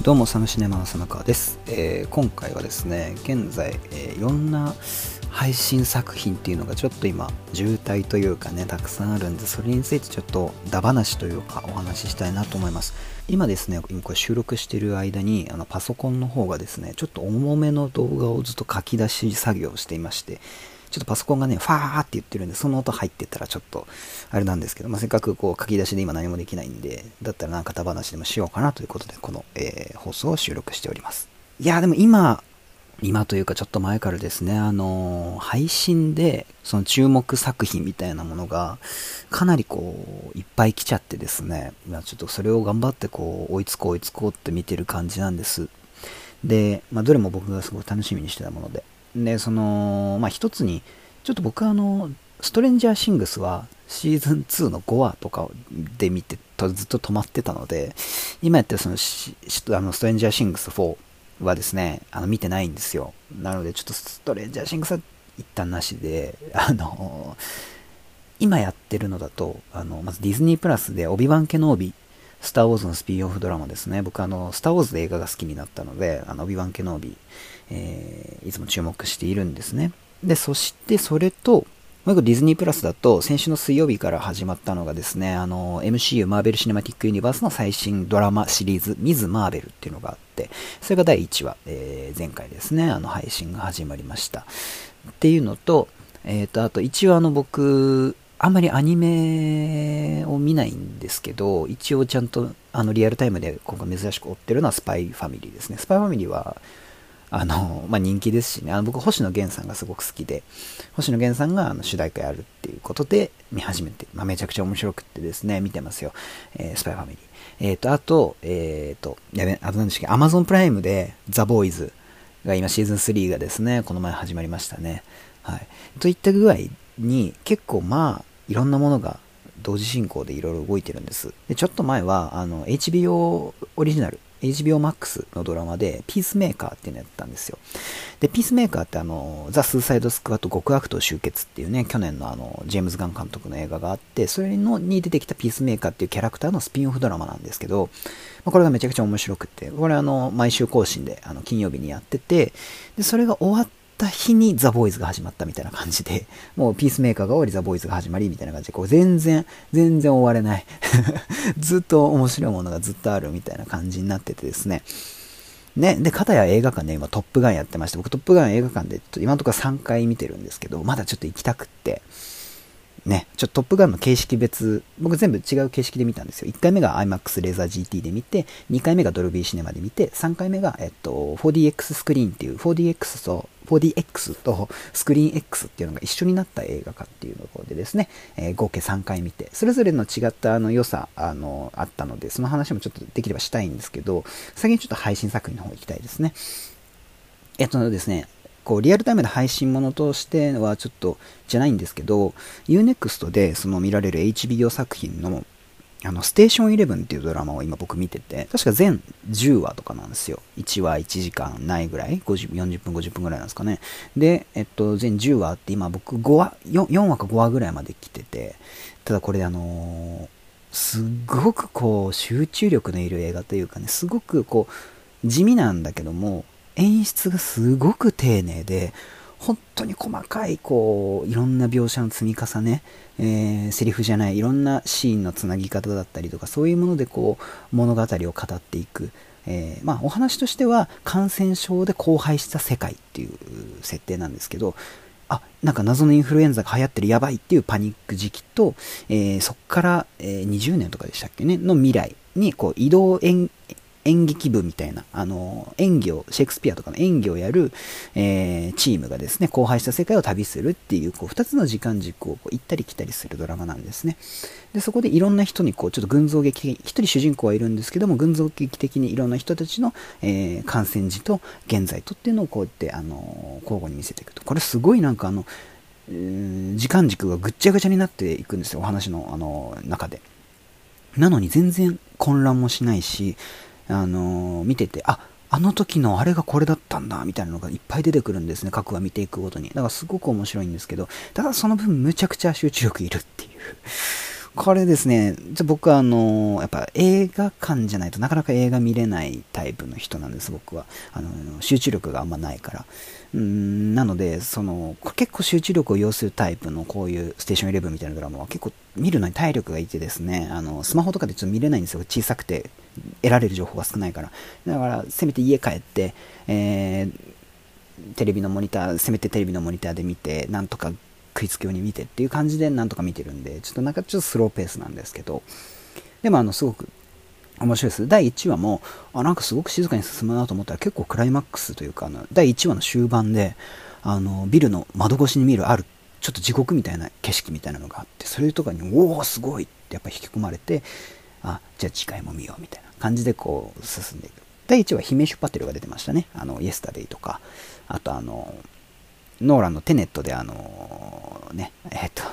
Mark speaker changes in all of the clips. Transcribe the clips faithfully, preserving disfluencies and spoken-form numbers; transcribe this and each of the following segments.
Speaker 1: どうもサムシネマの佐中です、えー、今回はですね現在、えー、いろんな配信作品っていうのがちょっと今渋滞というかねたくさんあるんで、それについてちょっとダ話というかお話ししたいなと思います。今ですね今これ収録している間にあのパソコンの方がですねちょっと重めの動画をずっと書き出し作業をしていまして、ちょっとパソコンがねファーって言ってるんで、その音入ってたらちょっとあれなんですけど、まあ、せっかくこう書き出しで今何もできないんで、だったらなんかダ話でもしようかなということでこの、えー放送を収録しております。いやーでも今今というかちょっと前からですね、あのー配信でその注目作品みたいなものがかなりこういっぱい来ちゃってですね、まあちょっとそれを頑張ってこう追いつこう追いつこうって見てる感じなんです。で、まあ、どれも僕がすごく楽しみにしてたもので、でそのまあ一つにちょっと僕はあのストレンジャーシングスはシーズンツーのごわとかで見てとずっと止まってたので、今やってるそのしあのストレンジャーシングスフォーはですねあの見てないんですよ。なのでちょっとストレンジャーシングスは一旦なしで、あの今やってるのだとあのまずディズニープラスでオビワン・ケノービスター・ウォーズのスピンオフドラマですね。僕あのスター・ウォーズで映画が好きになったので、あのオビワン・ケノービ、えーいつも注目しているんですね。でそしてそれともう一個ディズニープラスだと先週の水曜日から始まったのがですね、あの エムシーユー マーベル・シネマティック・ユニバースの最新ドラマシリーズミズ・マーベルっていうのがあって、それがだいいちわ、えー前回ですねあの配信が始まりましたっていうのと、えーとあと一応あの僕あんまりアニメを見ないんですけど、一応ちゃんとあのリアルタイムで今回珍しく追ってるのはスパイファミリーですね。スパイファミリーはあの、まあ、人気ですしね、あの僕星野源さんがすごく好きで、星野源さんがあの主題歌やるっていうことで見始めて、まあ、めちゃくちゃ面白くってですね見てますよ、えースパイファミリー。えっ、とあとえっ、とやべあと何でしたっけ、アマゾンプライムでザ・ボーイズが今シーズンスリーがですねこの前始まりましたね。はい、といった具合に結構まあいろんなものが同時進行でいろいろ動いてるんです。でちょっと前はあの エイチビーオー オリジナル エイチビーオーマックス のドラマでピースメーカーっていうのやったんですよ。でピースメーカーってあのザ・スーサイド・スクワット極悪党集結っていうね去年のあのジェームズ・ガン監督の映画があって、それのに出てきたピースメーカーっていうキャラクターのスピンオフドラマなんですけど、まあこれがめちゃくちゃ面白くて、これあの毎週更新であの金曜日にやってて、でそれが終わった日にザ・ボーイズが始まったみたいな感じで、もうピースメーカーが終わりザ・ボーイズが始まりみたいな感じで、こう全然全然終われないずっと面白いものがずっとあるみたいな感じになっててですね。ね、で、片や映画館で今トップガンやってまして、僕トップガン映画館で今のところさんかい見てるんですけど、まだちょっと行きたくって、ね、ちょっとトップガンの形式別、僕全部違う形式で見たんですよ。いっかいめが アイマックス レーザー ジーティー で見て、にかいめがドルビーシネマで見て、さんかいめが、えっと、フォーディーエックス ススクリーンっていう、フォーディーエックス と、フォーディーエックス とスクリーン X っていうのが一緒になった映画化っていうところでですね、えー合計さんかい見て、それぞれの違ったあの良さ、あの、あったので、その話もちょっとできればしたいんですけど、先にちょっと配信作品の方行きたいですね。えっとですね、こうリアルタイムで配信ものとしてはちょっとじゃないんですけど、ユーネクスト でその見られる エイチビーオー 作品のあのステーションイレブンっていうドラマを今僕見てて、確か全じゅうわとかなんですよ。いちわいちじかんないぐらい、ごじゅう、よんじゅっぷんごじゅっぷんぐらいなんですかね。で、えっと全じゅうわあって今僕ごわ 4, よんわかごわぐらいまで来てて、ただこれあのーすっごくこう集中力のいる映画というかね、すごくこう地味なんだけども演出がすごく丁寧で、本当に細かいこういろんな描写の積み重ね、えー、セリフじゃないいろんなシーンのつなぎ方だったりとか、そういうものでこう物語を語っていく、えーまあ、お話としては感染症で荒廃した世界っていう設定なんですけど、あ、なんか謎のインフルエンザが流行ってるやばいっていうパニック時期と、えーそっから、えーにじゅうねんとかでしたっけねの未来にこう移動演演劇部みたいな、あの演技をシェイクスピアとかの演技をやる、えーチームがですね荒廃した世界を旅するっていう、こうふたつの時間軸をこう行ったり来たりするドラマなんですね。でそこでいろんな人にこうちょっと群像劇的、一人主人公はいるんですけども群像劇的にいろんな人たちの、えー感染時と現在とっていうのをこうやって、あの交互に見せていくと、これすごいなんかあのうー時間軸がぐっちゃぐちゃになっていくんですよ、お話の、あの中で。なのに全然混乱もしないし、あのー見てて、あ、あの時のあれがこれだったんだみたいなのがいっぱい出てくるんですね、各話見ていくごとに。だからすごく面白いんですけど、ただその分むちゃくちゃ集中力いるっていうこれですね、じゃ僕はあの、やっぱ映画館じゃないとなかなか映画見れないタイプの人なんです、僕は。あの、集中力があんまないから。うーん、なので、その、結構集中力を要するタイプのこういうステーションイレブンみたいなドラマは結構見るのに体力がいてですね、あの、スマホとかでちょっと見れないんですよ。小さくて得られる情報が少ないから。だから、せめて家帰って、えー、テレビのモニター、せめてテレビのモニターで見て、なんとか食いつくように見てっていう感じでなんとか見てるんで、ちょっとなんかちょっとスローペースなんですけど、でもあのすごく面白いです。だいいちわもあなんかすごく静かに進むなと思ったら結構クライマックスというか、あのだいいちわの終盤であのビルの窓越しに見るあるちょっと地獄みたいな景色みたいなのがあって、それとかにおおすごいってやっぱ引き込まれて、あじゃあ次回も見ようみたいな感じでこう進んでいく。だいいちわヒメシュパテルが出てましたね。あのイエスタデイとか、あとあのノーランのテネットであのね、えっと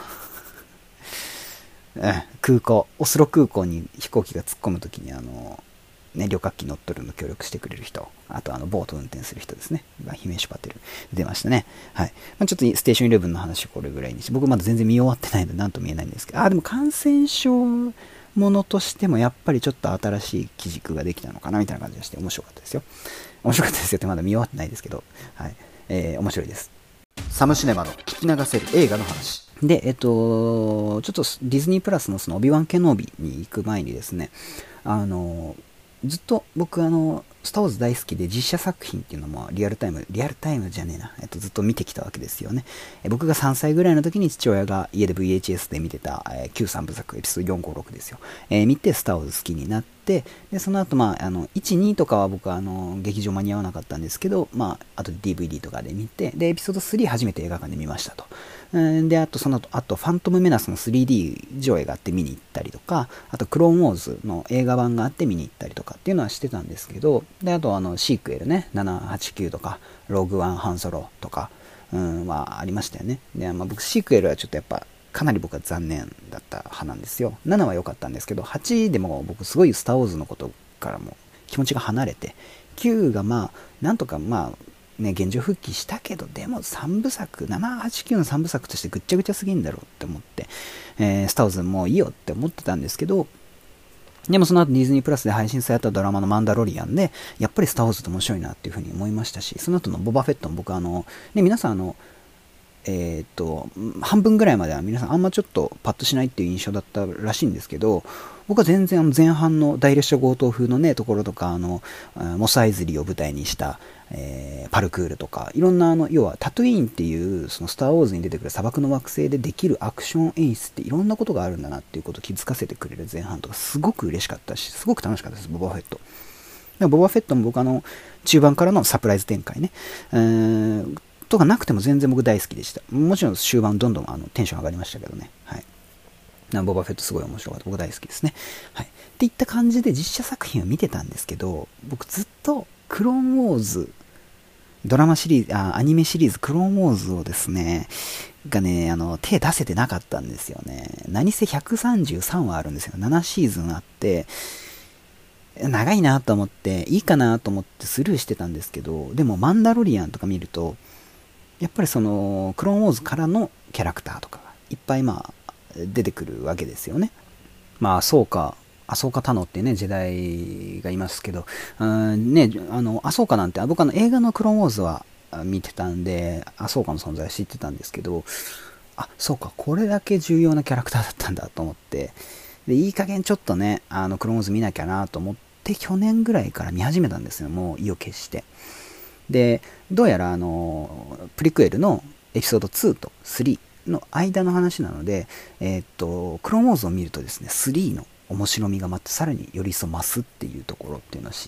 Speaker 1: 空港、オスロ空港に飛行機が突っ込むときにあの、ね、旅客機乗っ取るの協力してくれる人、あとあのボート運転する人ですね、がヒメシュパテル出ましたね。はい。まあ、ちょっとステーションイレブンの話これぐらいにして、僕まだ全然見終わってないので何とも言えないんですけど、あ、でも感染症ものとしてもやっぱりちょっと新しい基軸ができたのかなみたいな感じがして面白かったですよ。面白かったですよってまだ見終わってないですけど、はい。えー、面白いです。サムシネマの聞き流せる映画の話。で、えっと、ちょっとディズニープラスのそのオビワン・ケノービに行く前にですね、あの、ずっと僕あの、スター・ウォーズ大好きで実写作品っていうのもリアルタイム、リアルタイムじゃねえな、えっと、ずっと見てきたわけですよね。え僕がさんさいぐらいの時に父親が家で ブイエイチエス で見てた、えー、旧さんぶ作エピソードよん、ご、ろくですよ。えー、見てスター・ウォーズ好きになって、で、その後、まあ、あの、いち、にとかは僕はあの、劇場間に合わなかったんですけど、まあ、あと ディーブイディー とかで見て、で、エピソードスリー初めて映画館で見ましたと。で、あとその後、あとファントムメナスの スリーディー 上映があって見に行ったりとか、あとクローンウォーズの映画版があって見に行ったりとかっていうのはしてたんですけど、で、あとあのシークエルね、なな、はち、きゅうとか、ローグワン、ハンソロとか、うん、はありましたよね。で、まあ僕シークエルはちょっとやっぱ、かなり僕は残念だった派なんですよ。ななは良かったんですけど、はちでも僕すごいスターウォーズのことからも気持ちが離れて、きゅうがまあ、なんとかまあ、ね、現状復帰したけど、でもさんぶ作、なな、はち、きゅうのさんぶ作としてぐっちゃぐちゃすぎんだろうって思って、えー、スターウォーズもういいよって思ってたんですけど、でもその後ディズニープラスで配信されたドラマのマンダロリアンで、やっぱりスターウォーズって面白いなっていうふうに思いましたし、その後のボバフェットも僕あの、ね、皆さんあの、えー、っと、半分ぐらいまでは皆さんあんまちょっとパッとしないっていう印象だったらしいんですけど、僕は全然あの前半の大列車強盗風のね、ところとか、あの、モスアイズリーを舞台にした、えー、パルクールとか、いろんなあの、要はタトゥイーンっていう、そのスターウォーズに出てくる砂漠の惑星でできるアクション演出っていろんなことがあるんだなっていうことを気づかせてくれる前半とか、すごく嬉しかったし、すごく楽しかったです、ボバフェット。でもボバフェットも僕あの、中盤からのサプライズ展開ね、えーとかなくても全然僕大好きでした。もちろん終盤どんどんあのテンション上がりましたけどね。はい。なボバフェットすごい面白かった。僕大好きですね。はい。っていった感じで実写作品を見てたんですけど、僕ずっとクローンウォーズ、ドラマシリーズ、あ、アニメシリーズクローンウォーズをですね、がね、あの、手出せてなかったんですよね。何せひゃくさんじゅうさんわあるんですよ。ななシーズンあって、長いなと思って、いいかなと思ってスルーしてたんですけど、でもマンダロリアンとか見ると、やっぱりそのクローンウォーズからのキャラクターとかがいっぱいまあ出てくるわけですよね。まあそうか、アソーカタノっていうね時代がいますけど、うんね、あのアソーカなんて僕あの映画のクローンウォーズは見てたんでアソーカの存在知ってたんですけど、あそうかこれだけ重要なキャラクターだったんだと思って、でいい加減ちょっとねあのクローンウォーズ見なきゃなと思って去年ぐらいから見始めたんですよ。もう意を決して。でどうやらあのプリクエルのエピソードツーとスリーの間の話なので、えー、っとクローンウォーズを見るとですねスリーの面白みがまたさらにより一層増すっていうところっていうのを知って、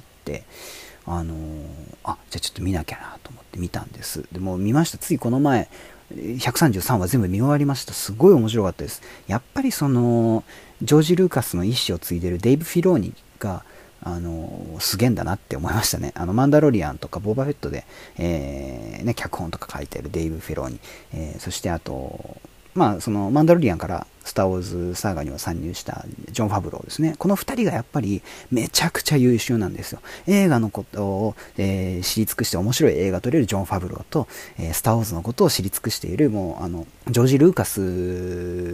Speaker 1: あのー、あじゃあちょっと見なきゃなと思って見たんです。でも見ました。ついこの前ひゃくさんじゅうさんわ全部見終わりました。すごい面白かったです。やっぱりそのジョージ・ルーカスの意思を継いでるデイブ・フィローニがあのすげえんだなって思いましたね。あのマンダロリアンとかボーバフェットで、えーね、脚本とか書いてるデイブ・フィローニ、えー、そしてあとまあそのマンダロリアンからスター・ウォーズサーガには参入したジョン・ファブローですね。このふたりがやっぱりめちゃくちゃ優秀なんですよ。映画のことを、えー、知り尽くして面白い映画撮れるジョン・ファブローと、えー、スター・ウォーズのことを知り尽くしているもうあのジョージ・ルーカス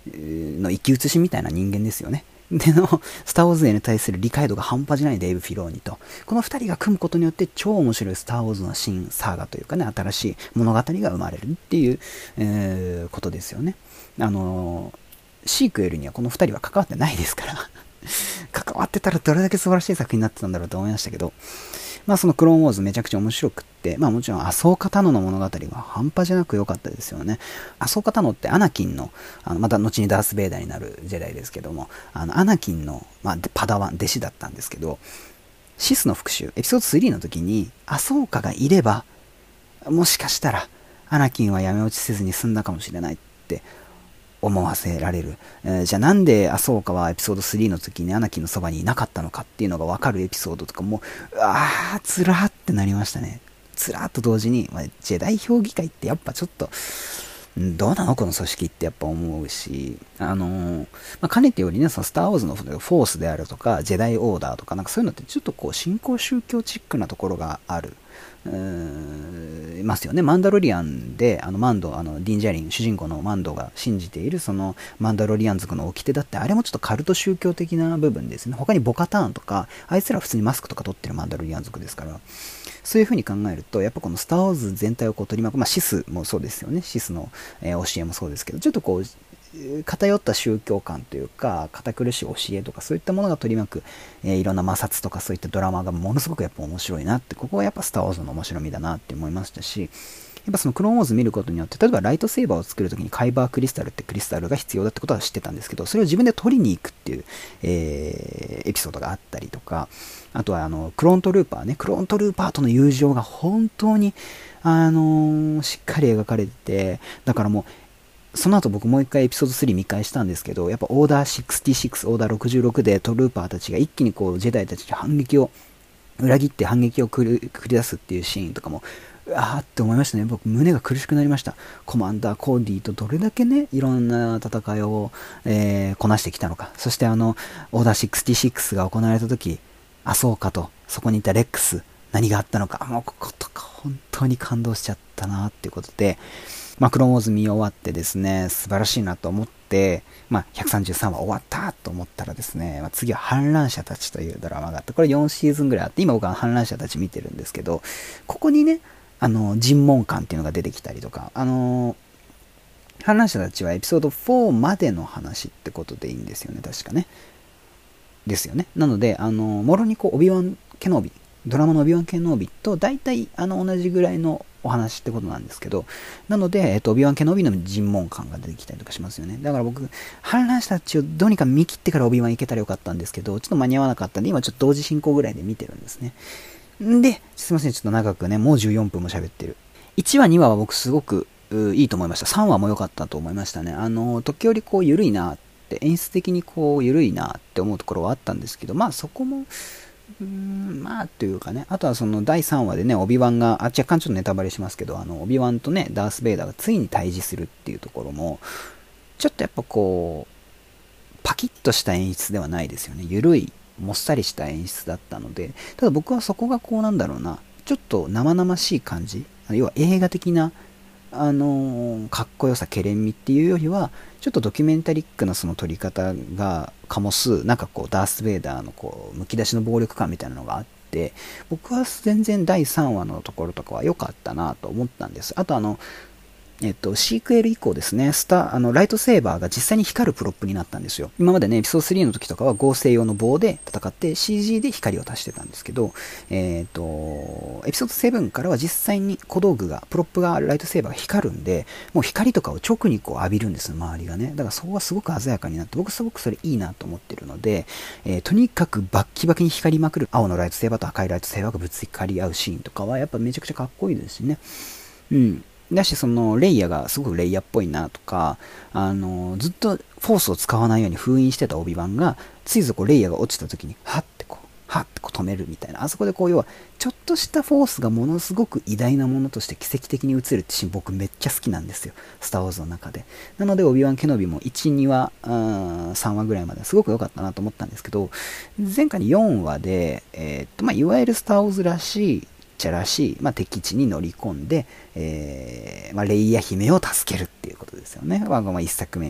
Speaker 1: の生き写しみたいな人間ですよね。での、スター・ウォーズへに対する理解度が半端じゃないデイブ・フィローニと、この二人が組むことによって超面白いスター・ウォーズの新サーガというかね、新しい物語が生まれるっていう、えー、ことですよね。あのー、シークエルにはこの二人は関わってないですから、関わってたらどれだけ素晴らしい作品になってたんだろうと思いましたけど、まあそのクローンウォーズめちゃくちゃ面白くって、まあもちろんアソーカタノの物語が半端じゃなく良かったですよね。アソーカタノってアナキンの、あのまた後にダース・ベイダーになるジェダイですけども、あのアナキンの、まあ、パダワン、弟子だったんですけど、シスの復讐、エピソードスリーの時にアソーカがいれば、もしかしたらアナキンは闇落ちせずに済んだかもしれないって思わせられる、えー、じゃあなんでアソーカはエピソードスリーの時にアナキンのそばにいなかったのかっていうのが分かるエピソードとかもうわーつらーってなりましたね。つらーっと同時に、まあ、ジェダイ評議会ってやっぱちょっとどうなのこの組織ってやっぱ思うし、あのー、まあ、かねてよりね、そのスター・ウォーズのフォースであるとか、ジェダイ・オーダーとか、なんかそういうのってちょっとこう、新興宗教チックなところがある。うーん、いますよね。マンダロリアンで、あの、マンド、あの、ディン・ジャリン、主人公のマンドが信じている、その、マンダロリアン族の掟だって、あれもちょっとカルト宗教的な部分ですね。他にボカターンとか、あいつら普通にマスクとか取ってるマンダロリアン族ですから、そういう風に考えると、やっぱこのスター・ウォーズ全体をこう取り巻く、まあ、シスもそうですよね。シスの、えー、教えもそうですけど、ちょっとこう、偏った宗教観というか、堅苦しい教えとか、そういったものが取り巻く、えー、いろんな摩擦とかそういったドラマがものすごくやっぱ面白いなって、ここはやっぱスター・ウォーズの面白みだなって思いましたし、やっぱそのクローンウォーズ見ることによって、例えばライトセーバーを作るときにカイバークリスタルってクリスタルが必要だってことは知ってたんですけど、それを自分で取りに行くっていう、えー、エピソードがあったりとか、あとはあの、クローントルーパーね、クローントルーパーとの友情が本当に、あのー、しっかり描かれてて、だからもう、その後僕もう一回エピソードスリー見返したんですけど、やっぱオーダーろくじゅうろく、オーダーろくじゅうろくでトルーパーたちが一気にこう、ジェダイたちに反撃を、裏切って反撃を繰り繰り出すっていうシーンとかも、うわーって思いましたね。僕、胸が苦しくなりました。コマンダー、コーディとどれだけね、いろんな戦いを、えー、こなしてきたのか。そしてあの、オーダーろくじゅうろくが行われた時、アソーカと、そこにいたレックス、何があったのか。もうこことか本当に感動しちゃったなっていうことで、まあ、クローンウォーズ見終わってですね、素晴らしいなと思って、まあ、ひゃくさんじゅうさんわ終わったと思ったらですね、まあ、次は反乱者たちというドラマがあって、これよんシーズンぐらいあって、今僕は反乱者たち見てるんですけど、ここにね、あの、尋問官っていうのが出てきたりとか、あの、反乱者たちはエピソードフォーまでの話ってことでいいんですよね、確かね。ですよね。なので、あの、もろにこう、オビワン・ケノービ、ドラマのオビワン・ケノービと大体あの同じぐらいのお話ってことなんですけど、なので、えっと、オビワン・ケノービの尋問感が出てきたりとかしますよね。だから僕、反乱者たちをどうにか見切ってからオビワン行けたらよかったんですけど、ちょっと間に合わなかったんで、今ちょっと同時進行ぐらいで見てるんですね。んで、すいません、ちょっと長くね、もうじゅうよんぷんも喋ってる。いちわ、にわは僕すごくいいと思いました。さんわも良かったと思いましたね。あの、時折こう、緩いなって、演出的にこう、緩いなって思うところはあったんですけど、まあそこも、うーん、まあというかね、あとはそのだいさんわでね、オビワンが、あ、若干ちょっとネタバレしますけど、あの、オビワンとね、ダース・ベイダーがついに対峙するっていうところも、ちょっとやっぱこう、パキッとした演出ではないですよね。緩い、もっさりした演出だったので、ただ僕はそこがこうなんだろうな、ちょっと生々しい感じ、要は映画的な、あのー、かっこよさ、けれんみっていうよりは、ちょっとドキュメンタリックなその撮り方が醸す、なんかこう、ダース・ベイダーのこう、むき出しの暴力感みたいなのがあって、僕は全然だいさんわのところとかは良かったなと思ったんです。あとあの、えっと、シークエル以降ですね、スタあの、ライトセーバーが実際に光るプロップになったんですよ。今までね、エピソードスリーの時とかは合成用の棒で戦って シージー で光を足してたんですけど、えっと、エピソードセブンからは実際に小道具が、プロップが、ライトセーバーが光るんで、もう光とかを直にこう浴びるんです、周りがね。だからそこがすごく鮮やかになって、僕すごくそれいいなと思ってるので、えー、とにかくバッキバキに光りまくる青のライトセーバーと赤いライトセーバーがぶつかり合うシーンとかはやっぱめちゃくちゃかっこいいですしね。うん。だし、その、レイヤがすごくレイヤっぽいなとか、あの、ずっとフォースを使わないように封印してたオビワンが、ついぞこうレイヤが落ちた時に、はってこう、はってこう止めるみたいな。あそこでこう、要は、ちょっとしたフォースがものすごく偉大なものとして奇跡的に映るってシーン僕めっちゃ好きなんですよ。スターウォーズの中で。なので、オビワン・ケノビもいち、にわ、さんわぐらいまですごく良かったなと思ったんですけど、前回によんわで、えー、っと、まあ、いわゆるスターウォーズらしい、チャらしい、まあ、敵地に乗り込んで、えーまあ、レイヤ姫を助けるっていうことですよね。まあ、まあ、いっさくめに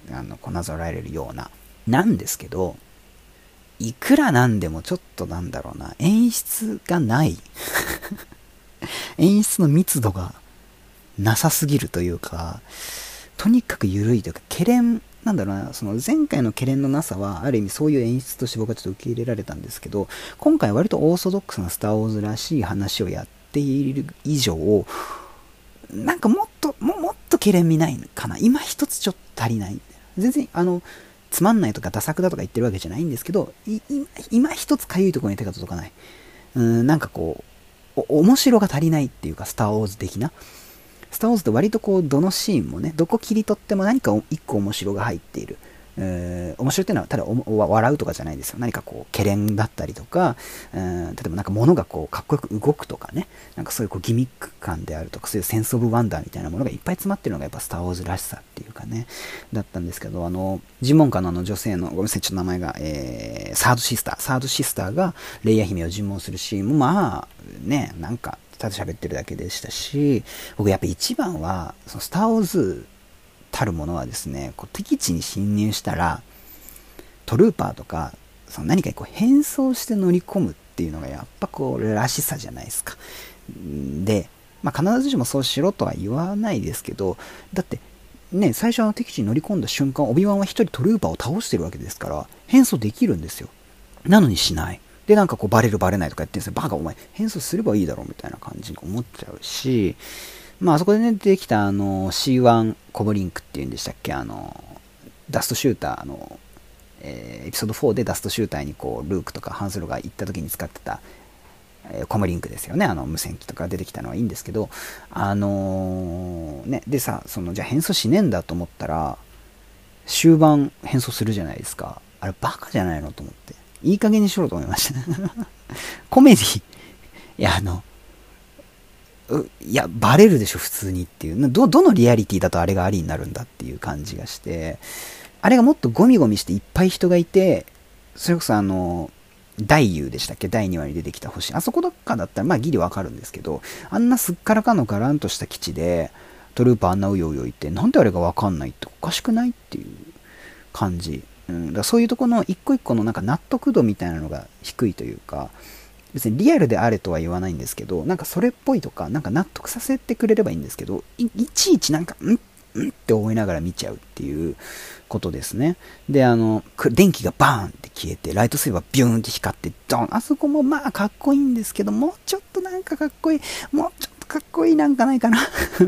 Speaker 1: あのこなぞらえるようななんですけど、いくらなんでもちょっとなんだろうな、演出がない演出の密度がなさすぎるというか、とにかく緩いというか、けれんなんだろうな、その前回のけれんのなさはある意味そういう演出として僕はちょっと受け入れられたんですけど、今回割とオーソドックスなスター・ウォーズらしい話をやっている以上、なんかもっとももっとけれんみないかな、今一つちょっと足りない。全然あのつまんないとかダ作だとか言ってるわけじゃないんですけど、い今一つかゆいところに手が届かない。うーん、なんかこうお面白が足りないっていうか、スター・ウォーズ的な。スター・ウォーズって割とこうどのシーンもね、どこ切り取っても何か一個面白が入っている。えー、面白いっていうのはただ笑うとかじゃないですよ。何かこうけれんだったりとか、えー、例えばなんか物がこうかっこよく動くとかね、なんかそういうこうギミック感であるとか、そういうセンスオブワンダーみたいなものがいっぱい詰まってるのがやっぱスター・ウォーズらしさっていうかね、だったんですけど、あの尋問家のあの女性のごめんなさいちょっと名前が、えー、サードシスターサードシスターがレイヤ姫を尋問するシーンもまあね、なんかただ喋ってるだけでしたし、僕やっぱ一番はそのスター・ウォーズたるものはですね、こう敵地に侵入したらトルーパーとかその何かにこう変装して乗り込むっていうのがやっぱこうらしさじゃないですか。で、まあ、必ずしもそうしろとは言わないですけど、だってね、最初の敵地に乗り込んだ瞬間、オビワンは一人トルーパーを倒してるわけですから変装できるんですよ。なのにしない。で、なんかこうバレるバレないとか言ってるんですよ。バカお前変装すればいいだろみたいな感じに思っちゃうし、まああそこでね出てきたあの シーワン コブリンクっていうんでしたっけ、あのダストシューターの、えー、エピソードフォーでダストシューターにこうルークとかハンソロが行った時に使ってた、えー、コムリンクですよね。あの無線機とか出てきたのはいいんですけど、あのー、ね、でさ、そのじゃあ変装しねえんだと思ったら終盤変装するじゃないですか。あれバカじゃないのと思って、いい加減にしろと思いましたコメディ、いやあのいやバレるでしょ普通にっていう、どどのリアリティだとあれがありになるんだっていう感じがして、あれがもっとゴミゴミしていっぱい人がいて、それこそあの大遊でしたっけ、だいにわに出てきた星、あそこどっかだったらまあギリわかるんですけど、あんなすっからかのガランとした基地でトルーパーあんなうようよいて、なんであれがわかんないっておかしくないっていう感じ。うん、だからそういうところの一個一個のなんか納得度みたいなのが低いというか、別にリアルであれとは言わないんですけど、なんかそれっぽいとか、なんか納得させてくれればいいんですけど、 い, いちいちなんかんんって思いながら見ちゃうっていうことですね。で、あの電気がバーンって消えてライトセーバービューンって光ってドン、あそこもまあかっこいいんですけど、もうちょっとなんかかっこいい、もうちょっとかっこいいなんかないかな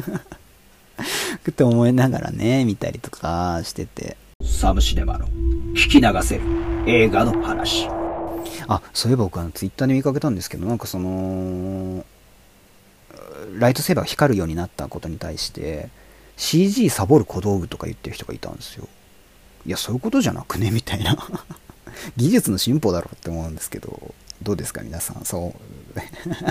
Speaker 1: って思いながらね見たりとかしてて、
Speaker 2: サムシネマの聞き流せる映画の話。
Speaker 1: あ、そういえば僕あのツイッターで見かけたんですけど、なんかそのライトセーバーが光るようになったことに対して シージー サボる小道具とか言ってる人がいたんですよ。いやそういうことじゃなくねみたいな技術の進歩だろうって思うんですけど、どうですか皆さん。そう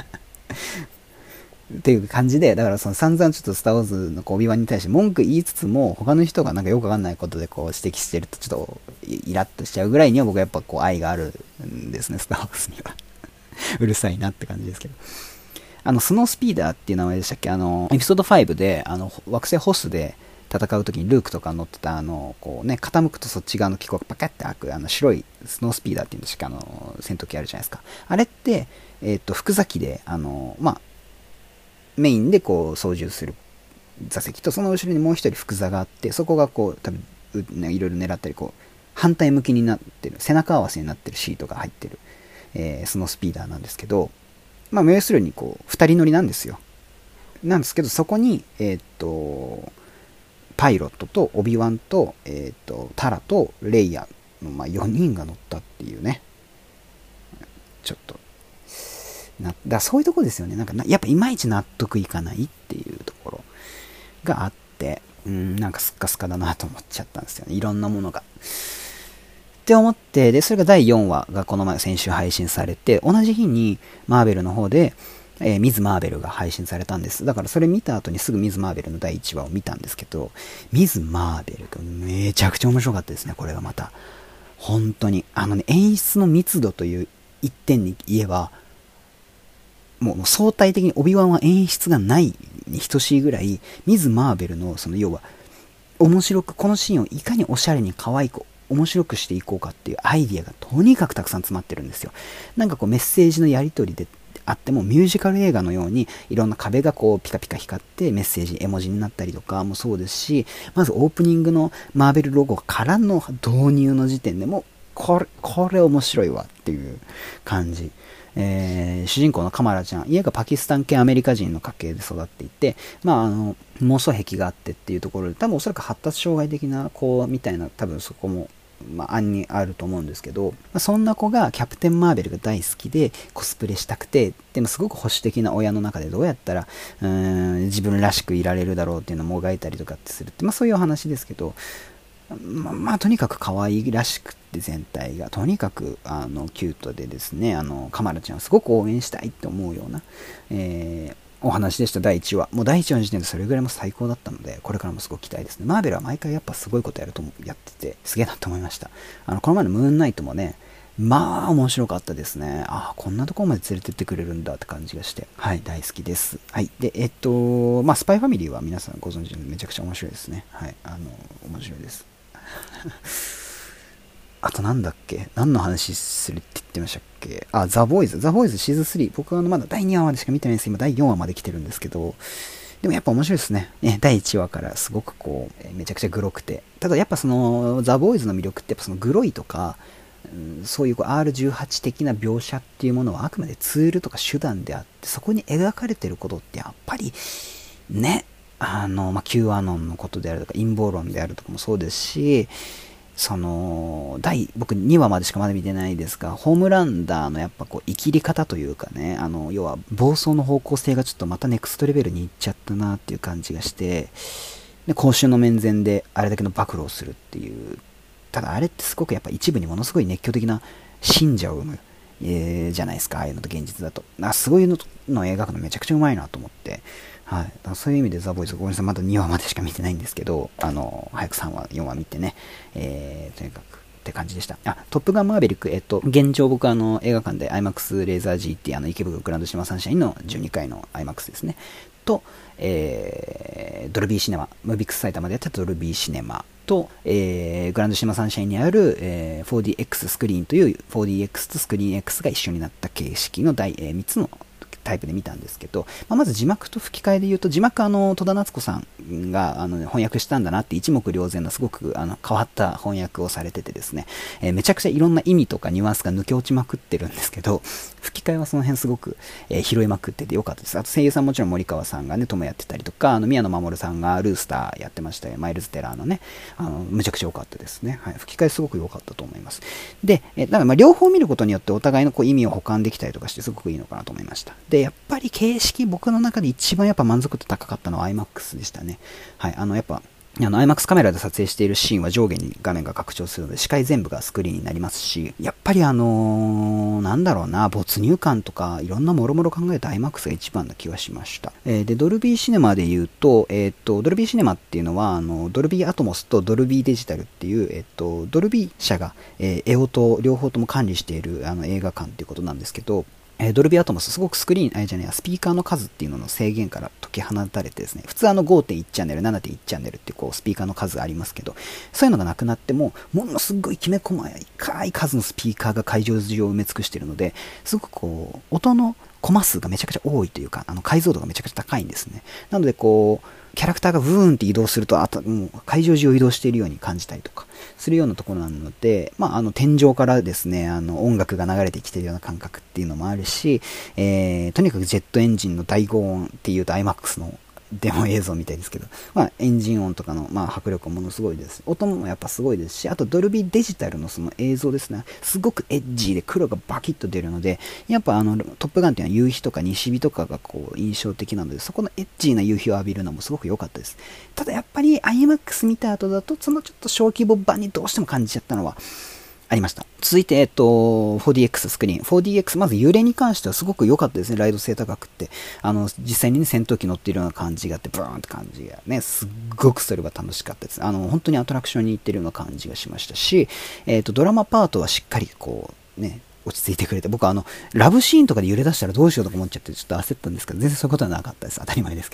Speaker 1: っていう感じで、だからその散々ちょっとスターウォーズのこうオビワンに対して文句言いつつも、他の人がなんかよくわかんないことでこう指摘してるとちょっとイラッとしちゃうぐらいには僕はやっぱこう愛があるんですね、スターウォーズにはうるさいなって感じですけど、あのスノースピーダーっていう名前でしたっけ、あのエピソードファイブであの惑星ホスで戦う時にルークとか乗ってたあのこうね、傾くとそっち側の気候がパカッて開くあの白いスノースピーダーっていうんですか、あの戦闘機あるじゃないですか。あれってえっと複座機であのまあメインでこう操縦する座席と、その後ろにもう一人複座があって、そこがこう多分いろいろ狙ったりこう反対向きになってる、背中合わせになってるシートが入ってる、えー、スノースピーダーなんですけど、まあ要するにこうふたり乗りなんですよ。なんですけど、そこにえー、っとパイロットとオビワンと、えー、っとタラとレイヤの、まあ、よにんが乗ったっていうね、ちょっとなだそういうところですよね。なんかなやっぱいまいち納得いかないっていうところがあって、うーんなんかスッカスカだなと思っちゃったんですよね、いろんなものがって思って。でそれがだいよんわがこの前先週配信されて、同じ日にマーベルの方で、えー、ミズ・マーベルが配信されたんです。だからそれ見た後にすぐミズ・マーベルのだいいちわを見たんですけど、ミズ・マーベルがめちゃくちゃ面白かったですね。これがまた本当にあのね、演出の密度という一点に言えばもう相対的にオビワンは演出がないに等しいぐらい、ミズ・マーベルのその要は面白く、このシーンをいかにおしゃれに可愛く面白くしていこうかっていうアイディアがとにかくたくさん詰まってるんですよ。なんかこうメッセージのやり取りであっても、ミュージカル映画のようにいろんな壁がこうピカピカ光ってメッセージ、絵文字になったりとかもそうですし、まずオープニングのマーベルロゴからの導入の時点でもこれ、これ面白いわっていう感じ。えー、主人公のカマラちゃん、家がパキスタン系アメリカ人の家系で育っていて、まあ、あの妄想癖があってっていうところで、多分おそらく発達障害的な子みたいな、多分そこも、まあ、案にあると思うんですけど、まあ、そんな子がキャプテンマーベルが大好きでコスプレしたくて、でもすごく保守的な親の中でどうやったらうーん自分らしくいられるだろうっていうのをもがいたりとかってするって、まあ、そういうお話ですけど、まあ、まあとにかく可愛らしくって全体がとにかくあのキュートでですね、あのカマラちゃんをすごく応援したいって思うような、えー、お話でした。だいいちわもうだいいちわの時点でそれぐらいも最高だったので、これからもすごく期待ですね。マーベルは毎回やっぱすごいことやるとやっててすげえなと思いました。あのこの前のムーンナイトもね、まあ面白かったですね。ああ、こんなところまで連れてってくれるんだって感じがして、はい、大好きです。はい。で、えっと、まあ、スパイファミリーは皆さんご存知のめちゃくちゃ面白いですね。はい。あの、面白いです。あとなんだっけ、何の話するって言ってましたっけ。あ、ザ・ボーイズ。ザ・ボーイズシーズンスリー。僕はあのまだだいにわまでしか見てないんですけど、今だいよんわまで来てるんですけど、でもやっぱ面白いですね。ね、だいいちわからすごくこう、えーめちゃくちゃグロくて。ただやっぱその、ザ・ボーイズの魅力ってやっぱそのグロいとか、うんそういうこう アールじゅうはち 的な描写っていうものはあくまでツールとか手段であって、そこに描かれてることってやっぱりね、あの、まあ、Q アノンのことであるとか陰謀論であるとかもそうですし、その第僕にわまでしかまだ見てないですが、ホームランダーのやっぱこう生きり方というかね、あの要は暴走の方向性がちょっとまたネクストレベルに行っちゃったなっていう感じがして、で公衆の面前であれだけの暴露をするっていう、ただあれってすごくやっぱ一部にものすごい熱狂的な信者を生む、えーじゃないですか、ああいうのと現実だと。あ、すごいのの描くのめちゃくちゃうまいなと思って、はい、だからそういう意味でザ・ボーイズ、ごめんなさい、まだにわまでしか見てないんですけど、あの早くさんわ、よんわ見てね、えーとにかくって感じでした。あ、トップガンマーベリック、えっと、現状僕あの映画館で アイマックス レーザー ジーティー、あの池袋グランドシネマサンシャインのじゅうにかいの アイマックス ですね。と、えー、ドルビーシネマ、ムービックス埼玉でやったドルビーシネマと、えー、グランドシネマサンシャインにある、えー、フォーディーエックス スクリーンという フォーディーエックス とスクリーン X が一緒になった形式の第、えー、みっつのタイプで見たんですけど、まあ、まず字幕と吹き替えで言うと、字幕あの戸田夏子さんがあの翻訳したんだなって一目瞭然なすごくあの変わった翻訳をされててですね、えー、めちゃくちゃいろんな意味とかニュアンスが抜け落ちまくってるんですけど、吹き替えはその辺すごく、えー、拾いまくっててよかったです。あと声優さんもちろん森川さんがね、トモやってたりとか、あの宮野真守さんがルースターやってましたよ、マイルズ・テラーのね、あのむちゃくちゃ良かったですね。はい、吹き替えすごく良かったと思います。で、えー、だからまあ両方見ることによってお互いのこう意味を補完できたりとかしてすごくいいのかなと思いました。で、やっぱり形式、僕の中で一番やっぱ満足度高かったのは アイマックス でしたね。はい、あのやっぱあの アイマックス カメラで撮影しているシーンは上下に画面が拡張するので視界全部がスクリーンになりますし、やっぱりあのー、なんだろうな、没入感とかいろんなもろもろ考えた アイマックス が一番な気はしました。えー、でドルビーシネマで言うと、えー、っとドルビーシネマっていうのはあのドルビーアトモスとドルビーデジタルっていう、えー、っとドルビー社が、えー、エオと両方とも管理しているあの映画館っていうことなんですけど、えー、ドルビーアトモスすごくスクリーン、あれじゃねえや、スピーカーの数っていうのの制限から解き放たれてですね、普通あの ごてんいち チャンネル、ななてんいち チャンネルっていうこうスピーカーの数ありますけど、そういうのがなくなっても、ものすごいきめ細かい数のスピーカーが会場中を埋め尽くしているので、すごくこう、音のコマ数がめちゃくちゃ多いというか、あの解像度がめちゃくちゃ高いんですね。なのでこう、キャラクターがブーンって移動すると、あともう会場中を移動しているように感じたりとかするようなところなので、まあ、あの天井からですね、あの音楽が流れてきているような感覚っていうのもあるし、えー、とにかくジェットエンジンの大轟音っていうと アイマックス のデモ映像みたいですけど、まあ、エンジン音とかの、まあ、迫力もものすごいです。音もやっぱすごいですし、あとドルビーデジタルのその映像ですね、すごくエッジーで黒がバキッと出るので、やっぱあのトップガンっていうのは夕日とか西日とかがこう印象的なので、そこのエッジーな夕日を浴びるのもすごく良かったです。ただやっぱり アイマックス 見た後だと、そのちょっと小規模版にどうしても感じちゃったのは、ありました。続いて、えっと、フォーディーエックス スクリーン。フォーディーエックス、まず揺れに関してはすごく良かったですね。ライド性高くって。あの、実際にね、戦闘機乗っているような感じがあって、ブーンって感じがね、すっごくそれは楽しかったです。あの、本当にアトラクションに行ってるような感じがしましたし、えっと、ドラマパートはしっかりこう、ね、落ち着いてくれて、僕はあの、ラブシーンとかで揺れ出したらどうしようとか思っちゃって、ちょっと焦ったんですけど、全然そういうことはなかったです。当たり前ですけど。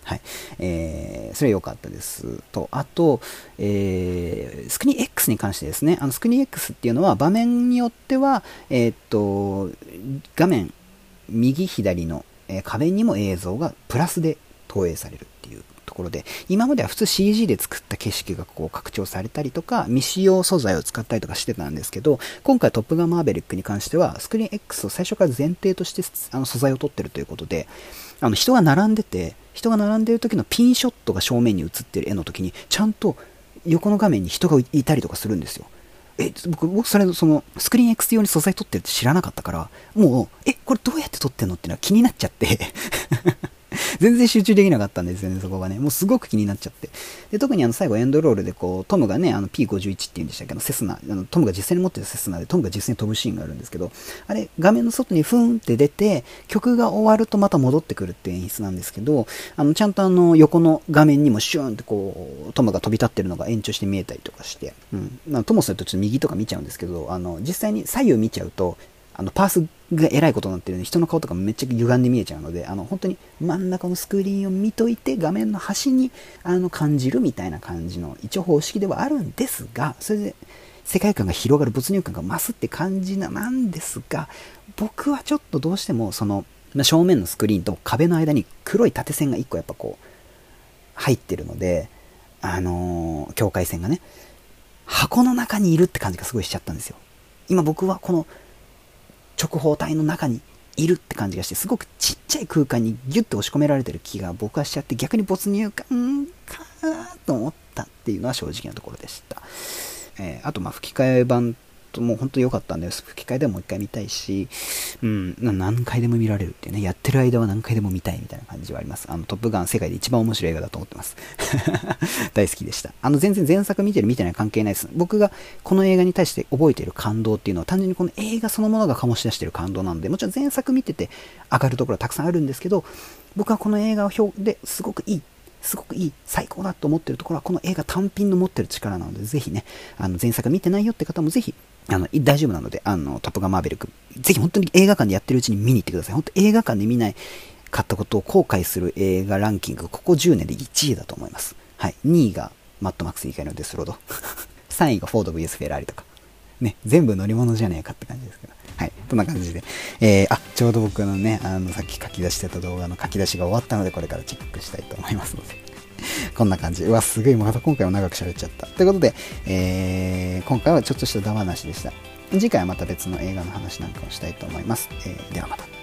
Speaker 1: はい。えー、それ良かったです。と、あと、えー、スクリーン X に関してですね、あの、スクリーン X っていうのは場面によっては、えー、っと、画面右左の、えー、壁にも映像がプラスで投影されるっていうところで、今までは普通 シージー で作った景色がこう拡張されたりとか、未使用素材を使ったりとかしてたんですけど、今回トップガンマーベリックに関しては、スクリーン X を最初から前提としてあの素材を取ってるということで、あの人が並んでて、人が並んでる時のピンショットが正面に映ってる絵の時に、ちゃんと横の画面に人がいたりとかするんですよ。え、僕、僕それ、その、スクリーン X 用に素材撮ってるって知らなかったから、もう、え、これどうやって撮ってんのっていうのは気になっちゃって全然集中できなかったんですよね、そこがね。もうすごく気になっちゃって。で、特にあの最後エンドロールでこう、トムがね、あの ピーごじゅういち って言うんでしたっけど、セスナ、あのトムが実際に持ってるセスナでトムが実際に飛ぶシーンがあるんですけど、あれ、画面の外にフーンって出て、曲が終わるとまた戻ってくるっていう演出なんですけど、あの、ちゃんとあの、横の画面にもシューンってこう、トムが飛び立ってるのが延長して見えたりとかして、うん。まあ、トモするとちょっと右とか見ちゃうんですけど、あの、実際に左右見ちゃうと、あのパースがえらいことになってるんで、人の顔とかめっちゃ歪んで見えちゃうので、あの本当に真ん中のスクリーンを見といて画面の端にあの感じるみたいな感じの一応方式ではあるんですが、それで世界観が広がる、没入感が増すって感じなんですが、僕はちょっとどうしてもその正面のスクリーンと壁の間に黒い縦線がいっこやっぱこう入ってるので、あのー、境界線がね、箱の中にいるって感じがすごいしちゃったんですよ。今僕はこの直方体の中にいるって感じがして、すごくちっちゃい空間にギュッと押し込められてる気が僕はしちゃって、逆に没入感かなと思ったっていうのは正直なところでした。えー、あとまあ吹き替え版ともう本当に良かったんで、吹き替えでももう一回見たいし、うん、何回でも見られるっていうね、やってる間は何回でも見たいみたいな感じはあります。あのトップガン世界で一番面白い映画だと思ってます大好きでした。あの全然前作見てる見てない関係ないです。僕がこの映画に対して覚えている感動っていうのは単純にこの映画そのものが醸し出している感動なので、もちろん前作見てて上がるところはたくさんあるんですけど、僕はこの映画を表ですごくいいすごくいい、最高だと思ってるところはこの映画単品の持ってる力なので、ぜひね、あの前作見てないよって方もぜひあの大丈夫なので、あのトップガンマーベリックぜひ本当に映画館でやってるうちに見に行ってください。本当映画館で見ないかったことを後悔する映画ランキング、ここじゅうねんでいちいだと思います。はい、にいがマッドマックス以外のデスロードさんいがフォード ブイエス フェラーリとかね、全部乗り物じゃねえかって感じですけど、はい、こんな感じで、えー、あ、ちょうど僕のね、あのさっき書き出してた動画の書き出しが終わったので、これからチェックしたいと思いますのでこんな感じ。うわ、すごい、また今回も長く喋っちゃった。ということで、えー、今回はちょっとしたダ話でした。次回はまた別の映画の話なんかをしたいと思います。えー、ではまた。